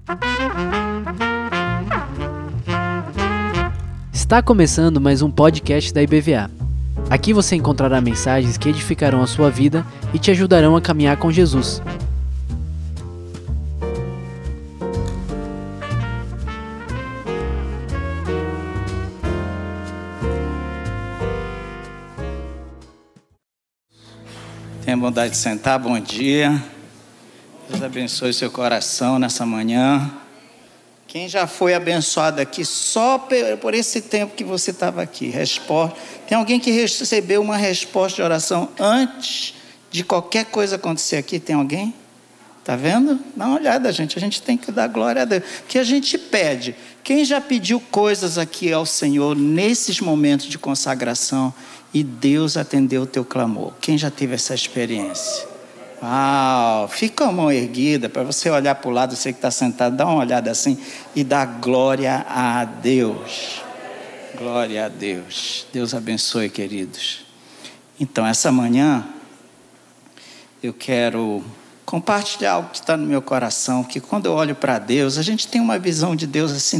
Está começando mais um podcast da IBVA. Aqui você encontrará mensagens que edificarão a sua vida e te ajudarão a caminhar com Jesus. Tenha bondade de sentar, bom dia. Deus abençoe seu coração nessa manhã. Quem já foi abençoado aqui só por esse tempo que você estava aqui? Tem alguém que recebeu uma resposta de oração antes de qualquer coisa acontecer aqui? Tem alguém? Está vendo? Dá uma olhada, gente. A gente tem que dar glória a Deus. Que a gente pede. Quem já pediu coisas aqui ao Senhor nesses momentos de consagração e Deus atendeu o teu clamor? Quem já teve essa experiência? Uau, fica a mão erguida para você olhar para o lado, você que está sentado, dá uma olhada assim e dá glória a Deus. Glória a Deus. Deus abençoe, queridos. Então, essa manhã, eu quero compartilhar algo que está no meu coração, que quando eu olho para Deus, a gente tem uma visão de Deus assim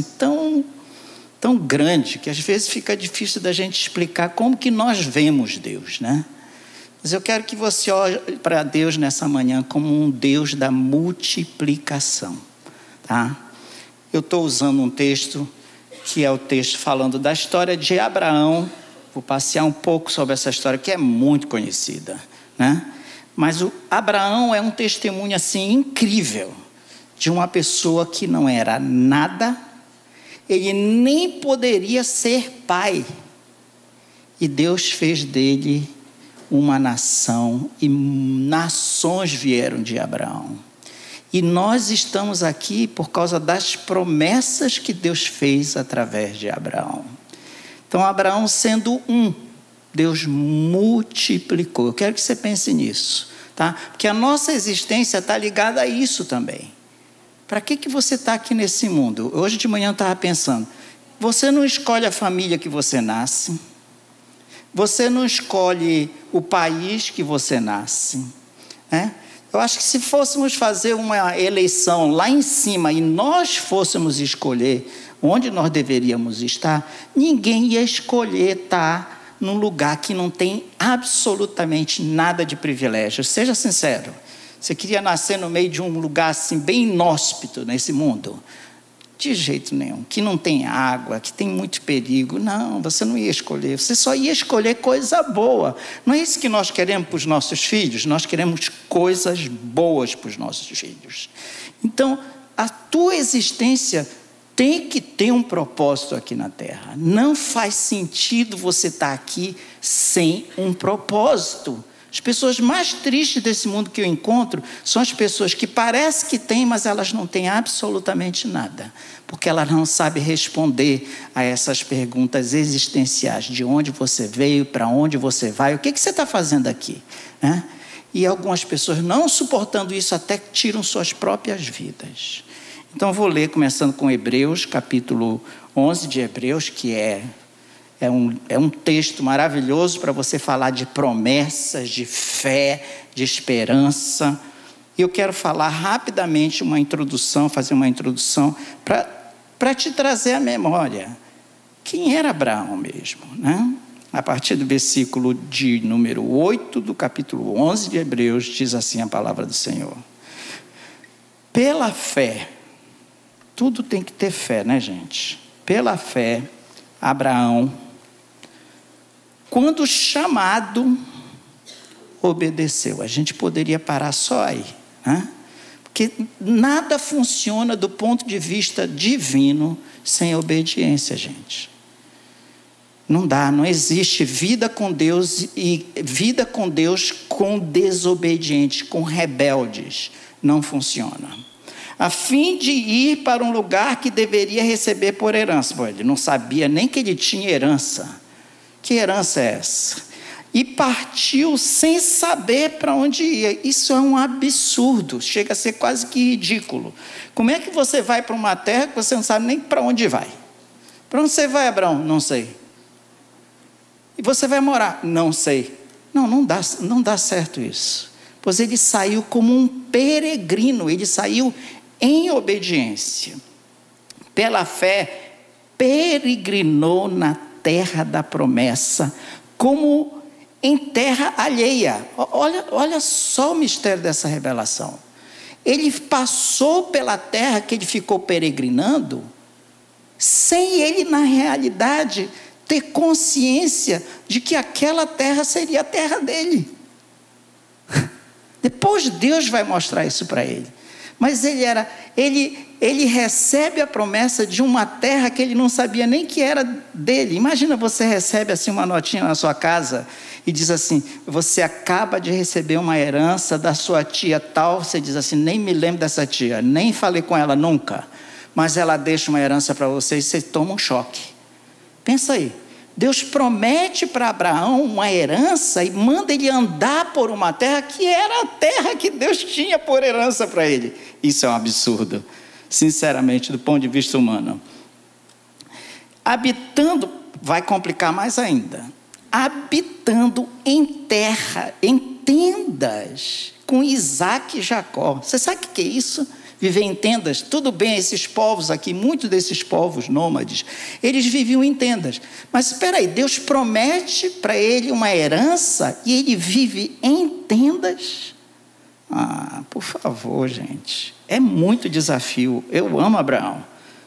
tão grande, que às vezes fica difícil da gente explicar como que nós vemos Deus, né? Mas eu quero que você olhe para Deus nessa manhã como um Deus da multiplicação, tá? Eu estou usando um texto que é o texto falando da história de Abraão. Vou passear um pouco sobre essa história que é muito conhecida, né? Mas o Abraão é um testemunho assim incrível de uma pessoa que não era nada, ele nem poderia ser pai, e Deus fez dele uma nação, e nações vieram de Abraão. E nós estamos aqui por causa das promessas que Deus fez através de Abraão. Então, Abraão sendo Deus multiplicou. Eu quero que você pense nisso, tá? Porque a nossa existência está ligada a isso também. Para que você está aqui nesse mundo? Hoje de manhã eu estava pensando, você não escolhe a família que você nasce, você não escolhe o país que você nasce, né? Eu acho que se fôssemos fazer uma eleição lá em cima e nós fôssemos escolher onde nós deveríamos estar, ninguém ia escolher estar num lugar que não tem absolutamente nada de privilégio. Seja sincero, você queria nascer no meio de um lugar assim bem inóspito nesse mundo? De jeito nenhum, que não tem água, que tem muito perigo. Não, você não ia escolher, você só ia escolher coisa boa. Não é isso que nós queremos para os nossos filhos? Nós queremos coisas boas para os nossos filhos. Então, a tua existência tem que ter um propósito aqui na Terra. Não faz sentido você estar aqui sem um propósito. As pessoas mais tristes desse mundo que eu encontro são as pessoas que parece que têm, mas elas não têm absolutamente nada, porque elas não sabem responder a essas perguntas existenciais: de onde você veio, para onde você vai, o que você está fazendo aqui, né? E algumas pessoas, não suportando isso, até tiram suas próprias vidas. Então, vou ler, começando com Hebreus, capítulo 11 de Hebreus, que é um texto maravilhoso para você falar de promessas, de fé, de esperança. E eu quero falar rapidamente fazer uma introdução para te trazer à memória quem era Abraão mesmo, né? A partir do versículo de número 8 do capítulo 11 de Hebreus, diz assim a palavra do Senhor: pela fé, tudo tem que ter fé, né, gente? Pela fé, Abraão, quando chamado, obedeceu. A gente poderia parar só aí, né? Porque nada funciona do ponto de vista divino sem obediência, gente. Não dá, não existe vida com Deus e vida com Deus com desobedientes, com rebeldes. Não funciona. A fim de ir para um lugar que deveria receber por herança. Bom, ele não sabia nem que ele tinha herança. Que herança é essa? E partiu sem saber para onde ia. Isso é um absurdo, chega a ser quase que ridículo. Como é que você vai para uma terra que você não sabe nem para onde vai? Para onde você vai, Abraão? Não sei. E você vai morar? Não sei. Não dá certo isso. Pois ele saiu como um peregrino, ele saiu em obediência, pela fé, peregrinou na terra da promessa, como em terra alheia. Olha só o mistério dessa revelação. Ele passou pela terra que ele ficou peregrinando, sem ele, na realidade, ter consciência de que aquela terra seria a terra dele. Depois Deus vai mostrar isso para ele. Mas ele recebe a promessa de uma terra que ele não sabia nem que era dele. Imagina, você recebe assim uma notinha na sua casa e diz assim: você acaba de receber uma herança da sua tia tal. Você diz assim: nem me lembro dessa tia, nem falei com ela nunca, mas ela deixa uma herança para você, e você toma um choque. Pensa aí, Deus promete para Abraão uma herança e manda ele andar por uma terra que era a terra que Deus tinha por herança para ele. Isso é um absurdo, sinceramente, do ponto de vista humano. Habitando, vai complicar mais ainda, habitando em terra, em tendas, com Isaac e Jacó. Você sabe o que é isso? Viver em tendas? Tudo bem, esses povos aqui, muitos desses povos nômades, eles viviam em tendas. Mas espera aí, Deus promete para ele uma herança e ele vive em tendas? Ah, por favor, gente, é muito desafio. Eu amo Abraão.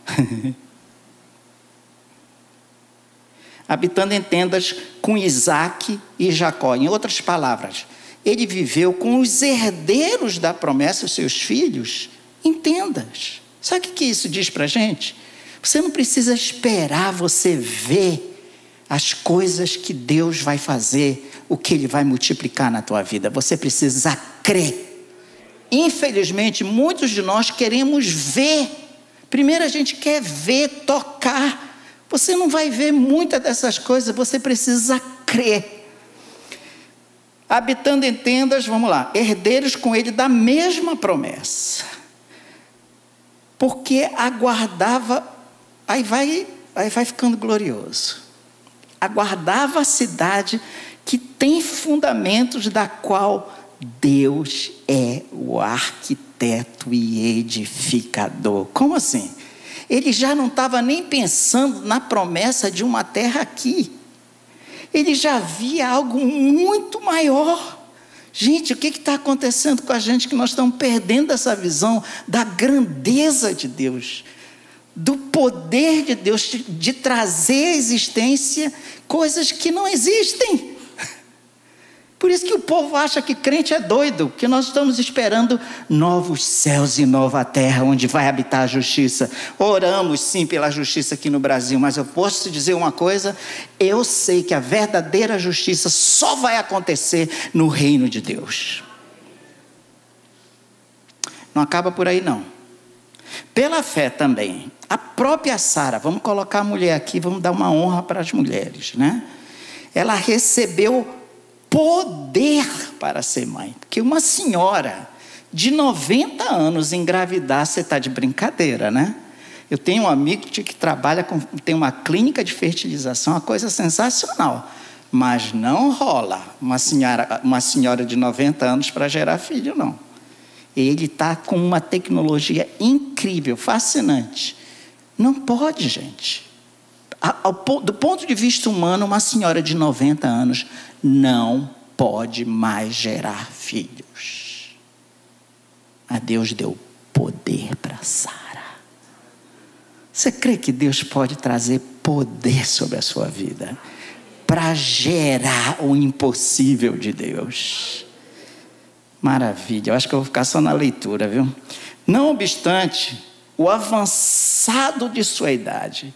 Habitando em tendas com Isaac e Jacó. Em outras palavras, ele viveu com os herdeiros da promessa, os seus filhos, em tendas. Sabe o que isso diz para a gente? Você não precisa esperar você ver as coisas que Deus vai fazer, o que Ele vai multiplicar na tua vida. Você precisa crer. Infelizmente, muitos de nós queremos ver. Primeiro a gente quer ver, tocar. Você não vai ver muitas dessas coisas, você precisa crer. Habitando em tendas, vamos lá, herdeiros com ele da mesma promessa. Porque aguardava, aí vai ficando glorioso. Aguardava a cidade que tem fundamentos, da qual Deus é o arquiteto e edificador. Como assim? Ele já não estava nem pensando na promessa de uma terra aqui. Ele já via algo muito maior. Gente, o que está acontecendo com a gente, que nós estamos perdendo essa visão da grandeza de Deus, do poder de Deus, de trazer à existência coisas que não existem. Por isso que o povo acha que crente é doido, porque nós estamos esperando novos céus e nova terra, onde vai habitar a justiça. Oramos sim pela justiça aqui no Brasil, mas eu posso te dizer uma coisa: eu sei que a verdadeira justiça só vai acontecer no reino de Deus. Não acaba por aí não. Pela fé também, a própria Sara, vamos colocar a mulher aqui, vamos dar uma honra para as mulheres, né? Ela recebeu poder para ser mãe. Porque uma senhora de 90 anos engravidar, você está de brincadeira, né? Eu tenho um amigo que trabalha tem uma clínica de fertilização, uma coisa sensacional. Mas não rola uma senhora de 90 anos para gerar filho, não. Ele está com uma tecnologia incrível, fascinante. Não pode, gente. Do ponto de vista humano, uma senhora de 90 anos não pode mais gerar filhos. Mas Deus deu poder para Sara. Você crê que Deus pode trazer poder sobre a sua vida para gerar o impossível de Deus? Maravilha, eu acho que eu vou ficar só na leitura, viu? Não obstante o avançado de sua idade,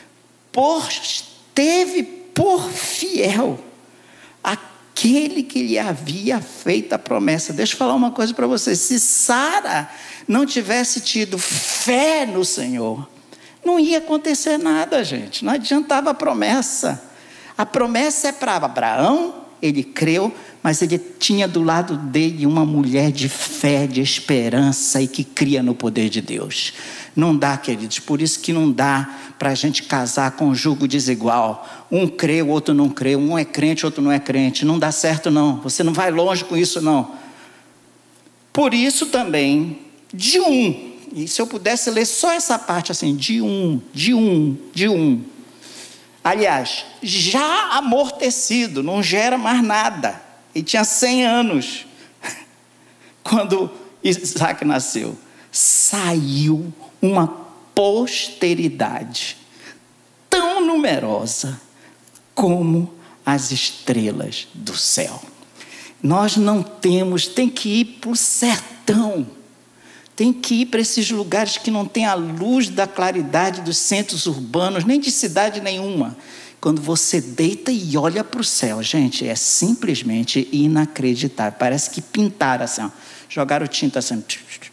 teve por fiel aquele que lhe havia feito a promessa. Deixa eu falar uma coisa para você: se Sara não tivesse tido fé no Senhor, não ia acontecer nada, gente. Não adiantava a promessa. A promessa é para Abraão, ele creu, mas ele tinha do lado dele uma mulher de fé, de esperança e que cria no poder de Deus. Não dá, queridos, por isso que não dá para a gente casar com um jugo desigual. Um crê, o outro não crê, um é crente, o outro não é crente. Não dá certo não, você não vai longe com isso não. Por isso também, de um, E se eu pudesse ler só essa parte assim, de um. Aliás, já amortecido, não gera mais nada. E tinha 100 anos quando Isaac nasceu. Saiu uma posteridade tão numerosa como as estrelas do céu. Nós não temos, tem que ir para o sertão, tem que ir para esses lugares que não tem a luz da claridade dos centros urbanos, nem de cidade nenhuma. Quando você deita e olha para o céu, gente, é simplesmente inacreditável. Parece que pintaram assim, ó, jogaram tinta assim.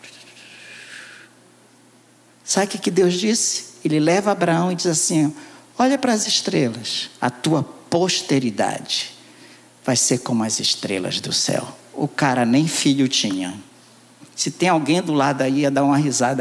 Sabe o que Deus disse? Ele leva Abraão e diz assim, olha para as estrelas, a tua posteridade vai ser como as estrelas do céu. O cara nem filho tinha. Se tem alguém do lado aí, ia dar uma risada.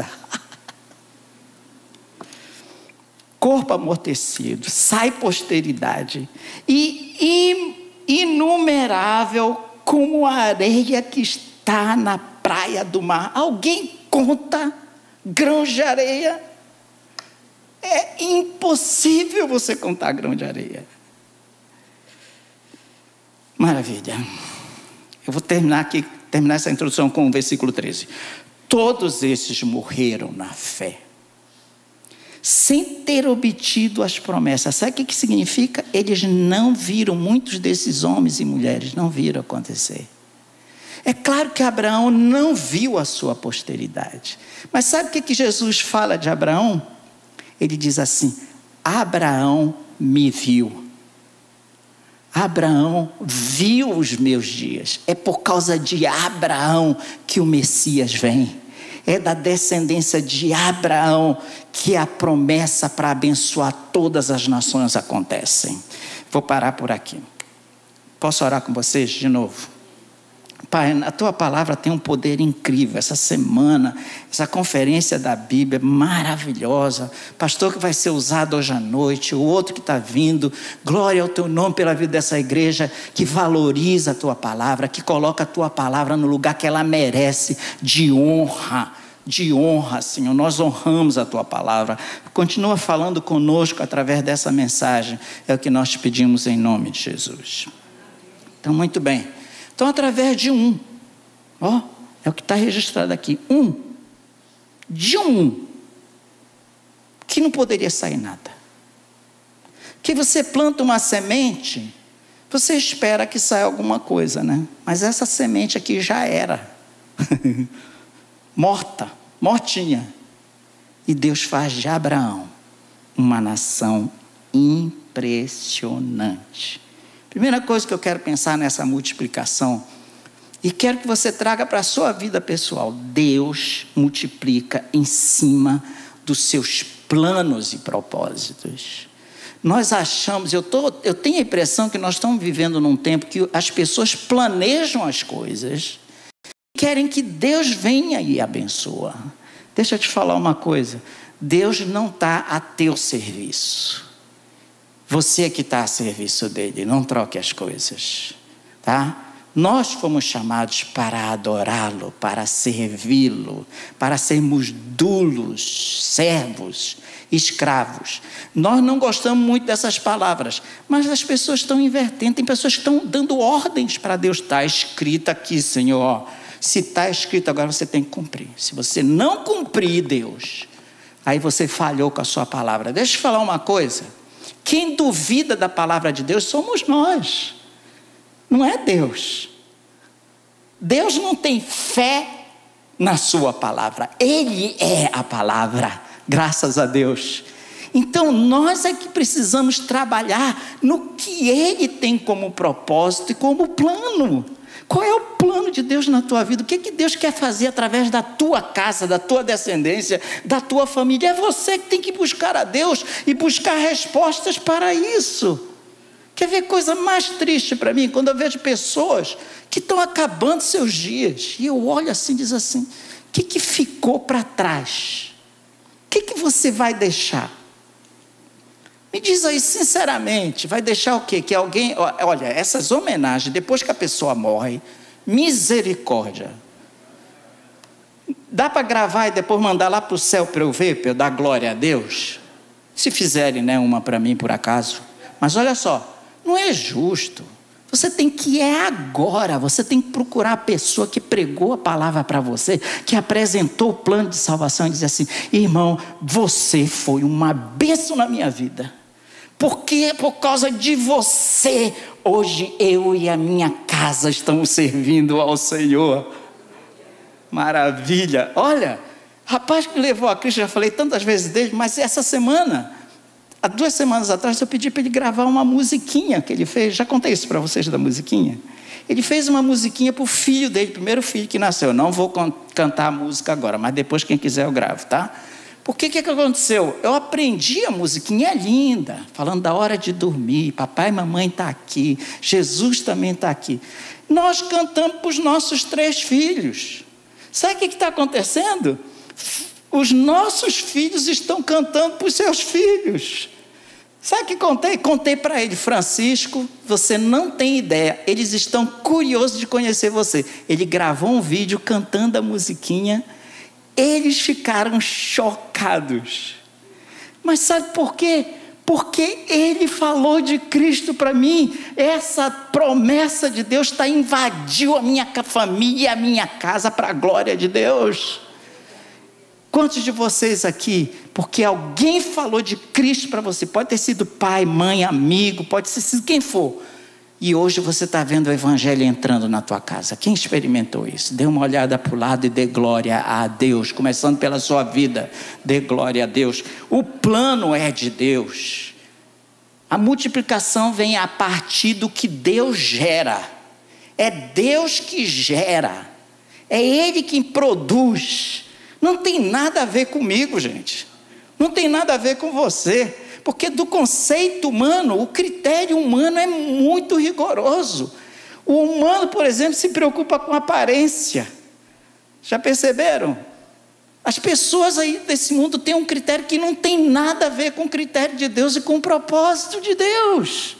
Corpo amortecido, sai posteridade. E inumerável como a areia que está na praia do mar. Alguém conta grãos de areia? É impossível você contar grão de areia. Maravilha. Eu vou terminar essa introdução com o versículo 13. Todos esses morreram na fé, sem ter obtido as promessas. Sabe o que significa? Eles não viram, muitos desses homens e mulheres não viram acontecer. É claro que Abraão não viu a sua posteridade. Mas sabe o que Jesus fala de Abraão? Ele diz assim, Abraão me viu. Abraão viu os meus dias. É por causa de Abraão que o Messias vem. É da descendência de Abraão que a promessa para abençoar todas as nações acontecem. Vou parar por aqui. Posso orar com vocês de novo? Pai, a tua palavra tem um poder incrível. Essa semana, essa conferência da Bíblia maravilhosa. Pastor que vai ser usado hoje à noite, o outro que está vindo. Glória ao teu nome pela vida dessa igreja que valoriza a tua palavra, que coloca a tua palavra no lugar que ela merece, de honra, Senhor. Nós honramos a tua palavra. Continua falando conosco através dessa mensagem. É o que nós te pedimos em nome de Jesus. Então, muito bem. Então, através de é o que está registrado aqui, que não poderia sair nada. Que você planta uma semente, você espera que saia alguma coisa, né? Mas essa semente aqui já era, mortinha. E Deus faz de Abraão uma nação impressionante. Primeira coisa que eu quero pensar nessa multiplicação, e quero que você traga para a sua vida pessoal, Deus multiplica em cima dos seus planos e propósitos. Nós achamos, eu tenho a impressão que nós estamos vivendo num tempo que as pessoas planejam as coisas, querem que Deus venha e abençoa. Deixa eu te falar uma coisa, Deus não está a teu serviço. Você que está a serviço dele, não troque as coisas, tá? Nós fomos chamados para adorá-lo, para servi-lo, para sermos dulos, servos, escravos. Nós não gostamos muito dessas palavras, mas as pessoas estão invertendo, tem pessoas que estão dando ordens para Deus. Está escrito aqui, Senhor, se está escrito, agora você tem que cumprir. Se você não cumprir, Deus, aí você falhou com a sua palavra. Deixa eu te falar uma coisa. Quem duvida da palavra de Deus somos nós, não é Deus. Deus não tem fé na sua palavra, Ele é a palavra, graças a Deus. Então nós é que precisamos trabalhar no que Ele tem como propósito e como plano. Qual é o plano de Deus na tua vida? O que Deus quer fazer através da tua casa, da tua descendência, da tua família? É você que tem que buscar a Deus e buscar respostas para isso. Quer ver coisa mais triste para mim? Quando eu vejo pessoas que estão acabando seus dias, e eu olho assim e diz assim, o que ficou para trás? O que você vai deixar? Me diz aí sinceramente, vai deixar o quê? Que alguém, olha, essas homenagens, depois que a pessoa morre, misericórdia. Dá para gravar e depois mandar lá para o céu para eu ver, para eu dar glória a Deus? Se fizerem, né, uma para mim por acaso. Mas olha só, não é justo. Você tem que agora, você tem que procurar a pessoa que pregou a palavra para você, que apresentou o plano de salvação e dizer assim: irmão, você foi uma bênção na minha vida. Porque por causa de você, hoje eu e a minha casa estamos servindo ao Senhor. Maravilha. Olha, rapaz que levou a Cristo, já falei tantas vezes dele, mas essa semana, há 2 semanas atrás, eu pedi para ele gravar uma musiquinha que ele fez. Já contei isso para vocês da musiquinha? Ele fez uma musiquinha para o filho dele, primeiro filho que nasceu. Não vou cantar a música agora, mas depois quem quiser eu gravo, tá? Porque o que aconteceu? Eu aprendi a musiquinha, é linda, falando da hora de dormir, papai e mamãe estão aqui, Jesus também está aqui. Nós cantamos para os nossos 3 filhos. Sabe o que está acontecendo? Os nossos filhos estão cantando para os seus filhos. Sabe o que contei? Contei para ele: Francisco, você não tem ideia, eles estão curiosos de conhecer você. Ele gravou um vídeo cantando a musiquinha. Eles ficaram chocados. Mas sabe por quê? Porque ele falou de Cristo para mim. Essa promessa de Deus invadiu a minha família e a minha casa para a glória de Deus. Quantos de vocês aqui, porque alguém falou de Cristo para você, pode ter sido pai, mãe, amigo, pode ter sido quem for, e hoje você está vendo o evangelho entrando na tua casa? Quem experimentou isso? Dê uma olhada para o lado e dê glória a Deus, começando pela sua vida. Dê glória a Deus. O plano é de Deus. A multiplicação vem a partir do que Deus gera. É Deus que gera. É Ele quem produz. Não tem nada a ver comigo, gente. Não tem nada a ver com você. Porque do conceito humano, o critério humano é muito rigoroso. O humano, por exemplo, se preocupa com aparência. Já perceberam? As pessoas aí desse mundo têm um critério que não tem nada a ver com o critério de Deus e com o propósito de Deus.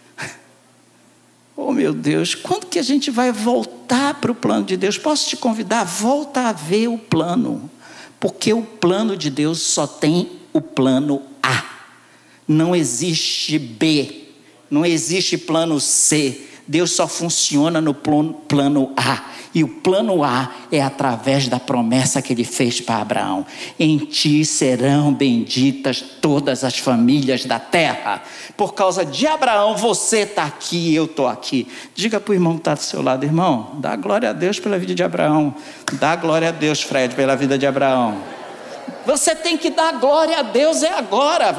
Oh, meu Deus, quando que a gente vai voltar para o plano de Deus? Posso te convidar? Volta a ver o plano. Porque o plano de Deus só tem o plano A. Não existe B, não existe plano C. Deus só funciona no plano A. E o plano A é através da promessa que Ele fez para Abraão: em ti serão benditas todas as famílias da terra. Por causa de Abraão, você está aqui e eu estou aqui. Diga para o irmão que está do seu lado: irmão, dá glória a Deus pela vida de Abraão. Dá glória a Deus, Fred, pela vida de Abraão. Você tem que dar glória a Deus, é agora.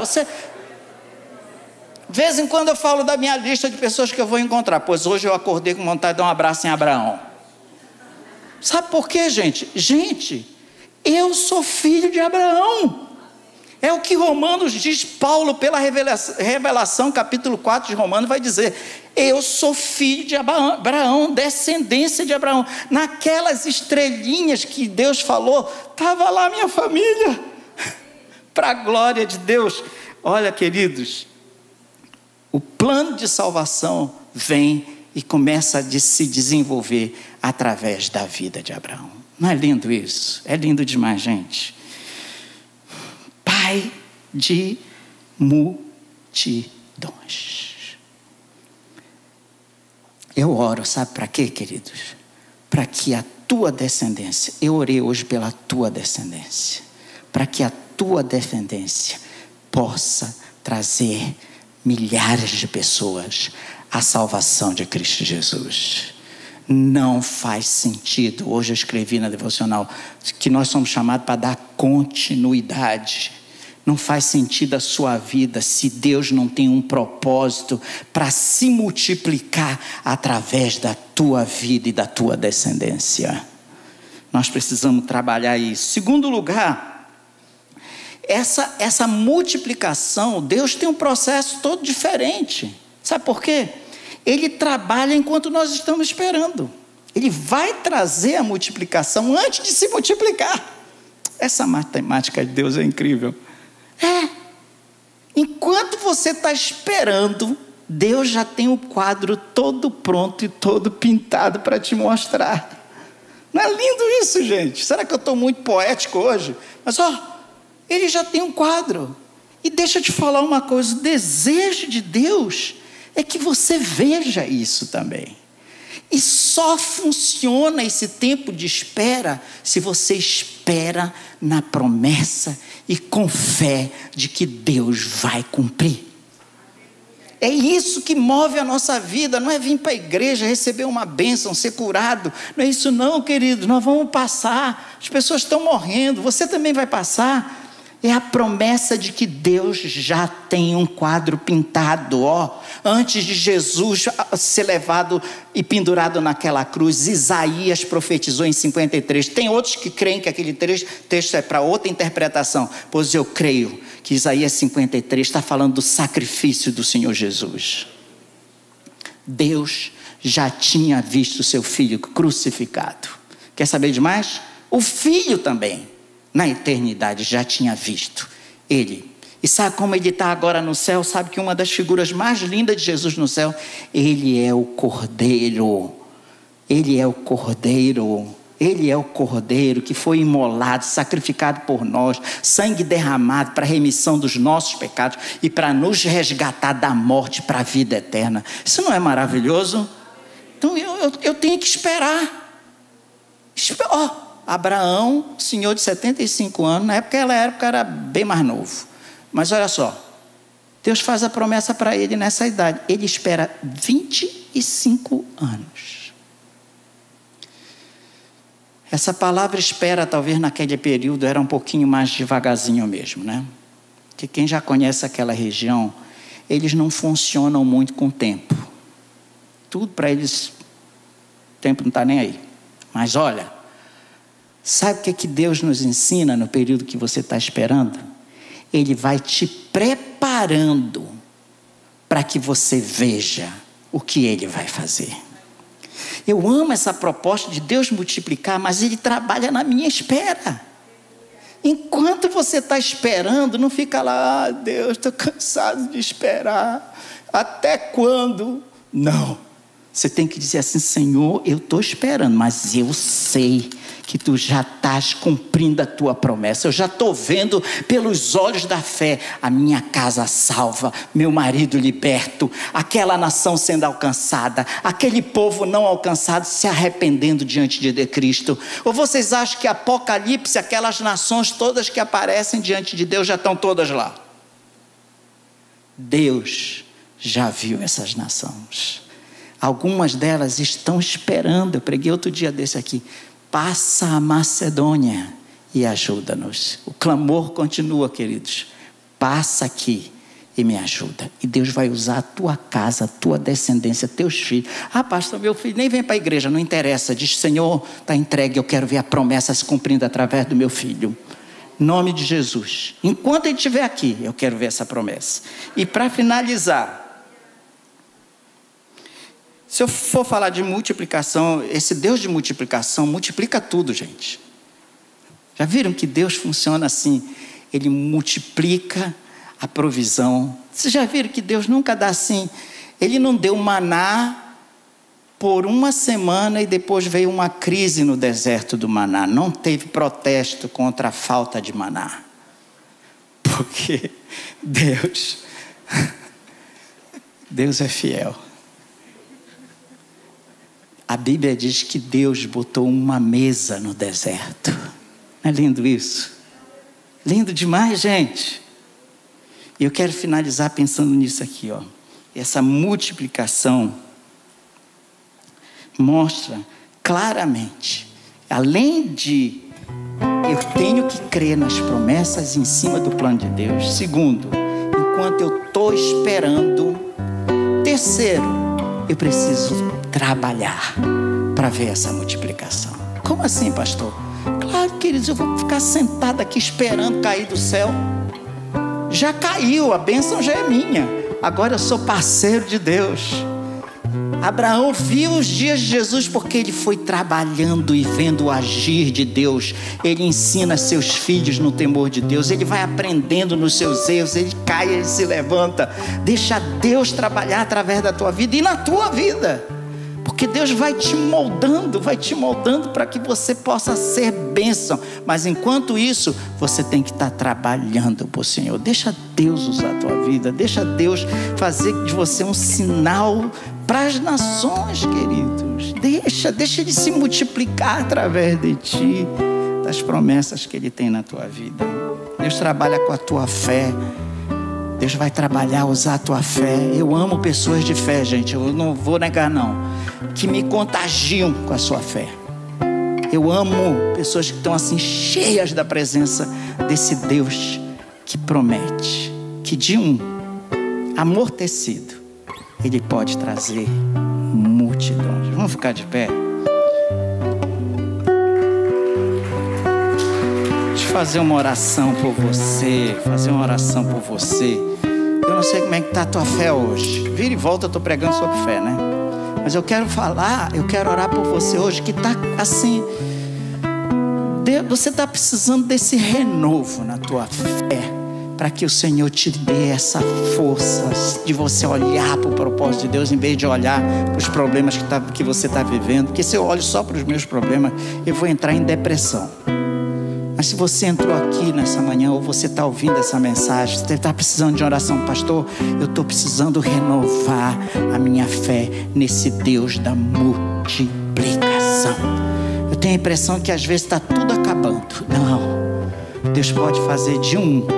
De vez em quando eu falo da minha lista de pessoas que eu vou encontrar. Pois hoje eu acordei com vontade de dar um abraço em Abraão. Sabe por quê, gente? Gente, eu sou filho de Abraão. É o que Romanos diz. Paulo, pela revelação, capítulo 4 de Romanos, vai dizer: eu sou filho de Abraão, descendência de Abraão. Naquelas estrelinhas que Deus falou, estava lá minha família. Para a glória de Deus. Olha, queridos, o plano de salvação vem e começa a se desenvolver através da vida de Abraão. Não é lindo isso? É lindo demais, gente. Pai de multidões. Eu oro, sabe para quê, queridos? Para que a tua descendência, eu orei hoje pela tua descendência, para que a tua descendência possa trazer milhares de pessoas à salvação de Cristo Jesus. Não faz sentido, hoje eu escrevi na devocional, que nós somos chamados para dar continuidade. Não faz sentido a sua vida se Deus não tem um propósito para se multiplicar através da tua vida e da tua descendência. Nós precisamos trabalhar isso. Segundo lugar, essa multiplicação, Deus tem um processo todo diferente. Sabe por quê? Ele trabalha enquanto nós estamos esperando. Ele vai trazer a multiplicação antes de se multiplicar. Essa matemática de Deus é incrível. Enquanto você está esperando, Deus já tem o quadro todo pronto e todo pintado para te mostrar. Não é lindo isso, gente? Será que eu estou muito poético hoje? Mas ele já tem um quadro. E deixa eu te falar uma coisa, o desejo de Deus é que você veja isso também. E só funciona esse tempo de espera se você espera na promessa e com fé de que Deus vai cumprir. É isso que move a nossa vida, não é vir para a igreja, receber uma bênção, ser curado. Não é isso não, querido, nós vamos passar. As pessoas estão morrendo, você também vai passar. É a promessa de que Deus já tem um quadro pintado, antes de Jesus ser levado e pendurado naquela cruz. Isaías profetizou em 53. Tem outros que creem que aquele texto é para outra interpretação, pois eu creio que Isaías 53 está falando do sacrifício do Senhor Jesus. Deus já tinha visto o seu filho crucificado. Quer saber de mais? O filho também, na eternidade, já tinha visto ele. E sabe como ele está agora no céu? Sabe que uma das figuras mais lindas de Jesus no céu, ele é o Cordeiro. Ele é o Cordeiro. Ele é o Cordeiro que foi imolado, sacrificado por nós, sangue derramado para a remissão dos nossos pecados e para nos resgatar da morte para a vida eterna. Isso não é maravilhoso? Então eu tenho que esperar. Abraão, senhor de 75 anos, na época era bem mais novo. Mas olha só, Deus faz a promessa para ele nessa idade. Ele espera 25 anos. Essa palavra espera, talvez naquele período, era um pouquinho mais devagarzinho mesmo, né? Porque quem já conhece aquela região, eles não funcionam muito com o tempo. Tudo para eles, o tempo não está nem aí. Mas olha, sabe o que Deus nos ensina no período que você está esperando? Ele vai te preparando para que você veja o que Ele vai fazer. Eu amo essa proposta de Deus multiplicar, mas Ele trabalha na minha espera. Enquanto você está esperando, não fica lá, Deus, estou cansado de esperar. Até quando? Não. Você tem que dizer assim, Senhor, eu estou esperando, mas eu sei que Tu já estás cumprindo a Tua promessa. Eu já estou vendo pelos olhos da fé a minha casa salva, meu marido liberto, aquela nação sendo alcançada, aquele povo não alcançado se arrependendo diante de Cristo. Ou vocês acham que Apocalipse, aquelas nações todas que aparecem diante de Deus já estão todas lá? Deus já viu essas nações. Algumas delas estão esperando. Eu preguei outro dia desse aqui. Passa a Macedônia e ajuda-nos. O clamor continua, queridos. Passa aqui e me ajuda. E Deus vai usar a tua casa, a tua descendência, teus filhos. Pastor, meu filho nem vem para a igreja, não interessa. Diz, Senhor, está entregue, eu quero ver a promessa se cumprindo através do meu filho. Em nome de Jesus. Enquanto ele estiver aqui, eu quero ver essa promessa. E para finalizar, se eu for falar de multiplicação, esse Deus de multiplicação multiplica tudo, gente. Já viram que Deus funciona assim? Ele multiplica a provisão. Vocês já viram que Deus nunca dá assim? Ele não deu maná por uma semana e depois veio uma crise no deserto do maná. Não teve protesto contra a falta de maná. Porque Deus é fiel. A Bíblia diz que Deus botou uma mesa no deserto. Não é lindo isso? Lindo demais, gente. E eu quero finalizar pensando nisso aqui, Essa multiplicação mostra claramente, além de eu tenho que crer nas promessas em cima do plano de Deus. Segundo, enquanto eu estou esperando. Terceiro, eu preciso trabalhar para ver essa multiplicação. Como assim, pastor? Claro, queridos, eu vou ficar sentado aqui esperando cair do céu. Já caiu, a bênção já é minha. Agora eu sou parceiro de Deus. Abraão viu os dias de Jesus porque ele foi trabalhando e vendo o agir de Deus. Ele ensina seus filhos no temor de Deus. Ele vai aprendendo nos seus erros. Ele cai, ele se levanta. Deixa Deus trabalhar através da tua vida e na tua vida. Porque Deus vai te moldando para que você possa ser bênção. Mas enquanto isso, você tem que estar trabalhando para o Senhor. Deixa Deus usar a tua vida. Deixa Deus fazer de você um sinal para as nações, queridos. Deixa Ele se multiplicar através de ti, das promessas que Ele tem na tua vida. Deus trabalha com a tua fé. Deus vai trabalhar, usar a tua fé. Eu amo pessoas de fé, gente. Eu não vou negar, não. Que me contagiam com a sua fé. Eu amo pessoas que estão assim, cheias da presença desse Deus que promete que de um amortecido Ele pode trazer multidões. Vamos ficar de pé? Deixa eu fazer uma oração por você. Eu não sei como é que está a tua fé hoje. Vira e volta, eu estou pregando sobre fé, né? Mas eu quero orar por você hoje que está assim. Você está precisando desse renovo na tua fé, para que o Senhor te dê essa força de você olhar para o propósito de Deus, em vez de olhar para os problemas que você está vivendo. Porque se eu olho só para os meus problemas, eu vou entrar em depressão. Mas se você entrou aqui nessa manhã, ou você está ouvindo essa mensagem, você está precisando de oração, pastor, eu estou precisando renovar a minha fé nesse Deus da multiplicação. Eu tenho a impressão que às vezes está tudo acabando. Não, Deus pode fazer de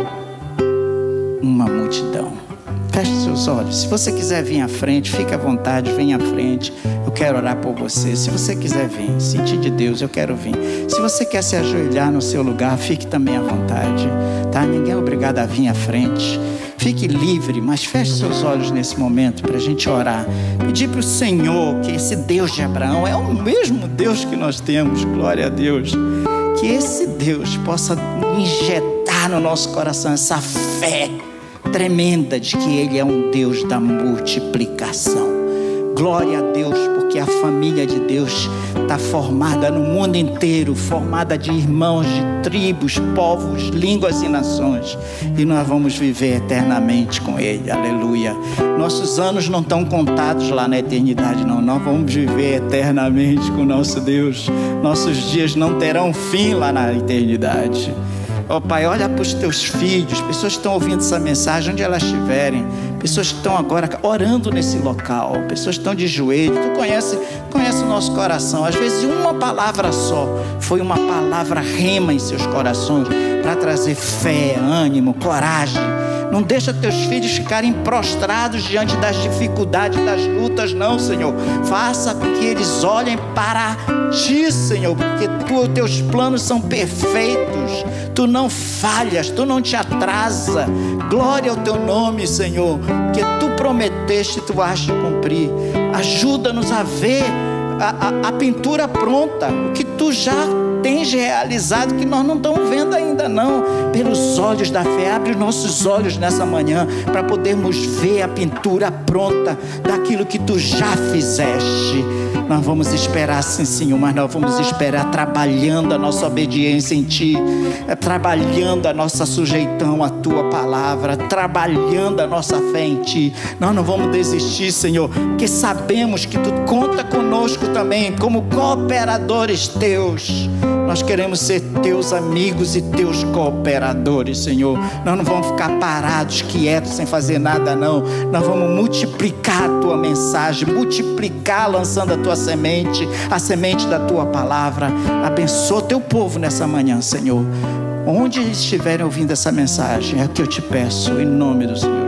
uma multidão. Feche seus olhos. Se você quiser vir à frente, fique à vontade, venha à frente. Eu quero orar por você. Se você quiser vir, sentir de Deus, eu quero vir. Se você quer se ajoelhar no seu lugar, fique também à vontade, tá? Ninguém é obrigado a vir à frente. Fique livre, mas feche seus olhos nesse momento para a gente orar. Pedir para o Senhor que esse Deus de Abraão é o mesmo Deus que nós temos, glória a Deus. Que esse Deus possa injetar no nosso coração essa fé tremenda de que Ele é um Deus da multiplicação. Glória a Deus, porque a família de Deus está formada no mundo inteiro, formada de irmãos, de tribos, povos, línguas e nações, e nós vamos viver eternamente com Ele, aleluia. Nossos anos não estão contados lá na eternidade, não. Nós vamos viver eternamente com o nosso Deus. Nossos dias não terão fim lá na eternidade. Ó Pai, olha para os teus filhos, pessoas que estão ouvindo essa mensagem, onde elas estiverem, pessoas que estão agora orando nesse local, pessoas que estão de joelho. Tu conhece o nosso coração. Às vezes uma palavra só foi uma palavra rema em seus corações para trazer fé, ânimo, coragem. Não deixa teus filhos ficarem prostrados diante das dificuldades, das lutas, não, Senhor. Faça com que eles olhem para Ti, Senhor, porque teus planos são perfeitos. Tu não falhas, Tu não te atrasa. Glória ao Teu nome, Senhor, porque Tu prometeste, Tu has de cumprir. Ajuda-nos a ver a pintura pronta, o que Tu já tens realizado, que nós não estamos vendo ainda, não. Pelos olhos da fé, abre os nossos olhos nessa manhã para podermos ver a pintura pronta daquilo que Tu já fizeste. Nós vamos esperar, sim, Senhor, mas nós vamos esperar trabalhando a nossa obediência em Ti, trabalhando a nossa sujeitão à Tua palavra, trabalhando a nossa fé em Ti. Nós não vamos desistir, Senhor, porque sabemos que Tu conta conosco também como cooperadores Teus. Nós queremos ser Teus amigos e Teus cooperadores, Senhor. Nós não vamos ficar parados, quietos, sem fazer nada, não. Nós vamos multiplicar a Tua mensagem, multiplicar lançando a Tua semente, a semente da Tua palavra. Abençoa Teu povo nessa manhã, Senhor. Onde eles estiverem ouvindo essa mensagem, é o que eu te peço, em nome do Senhor.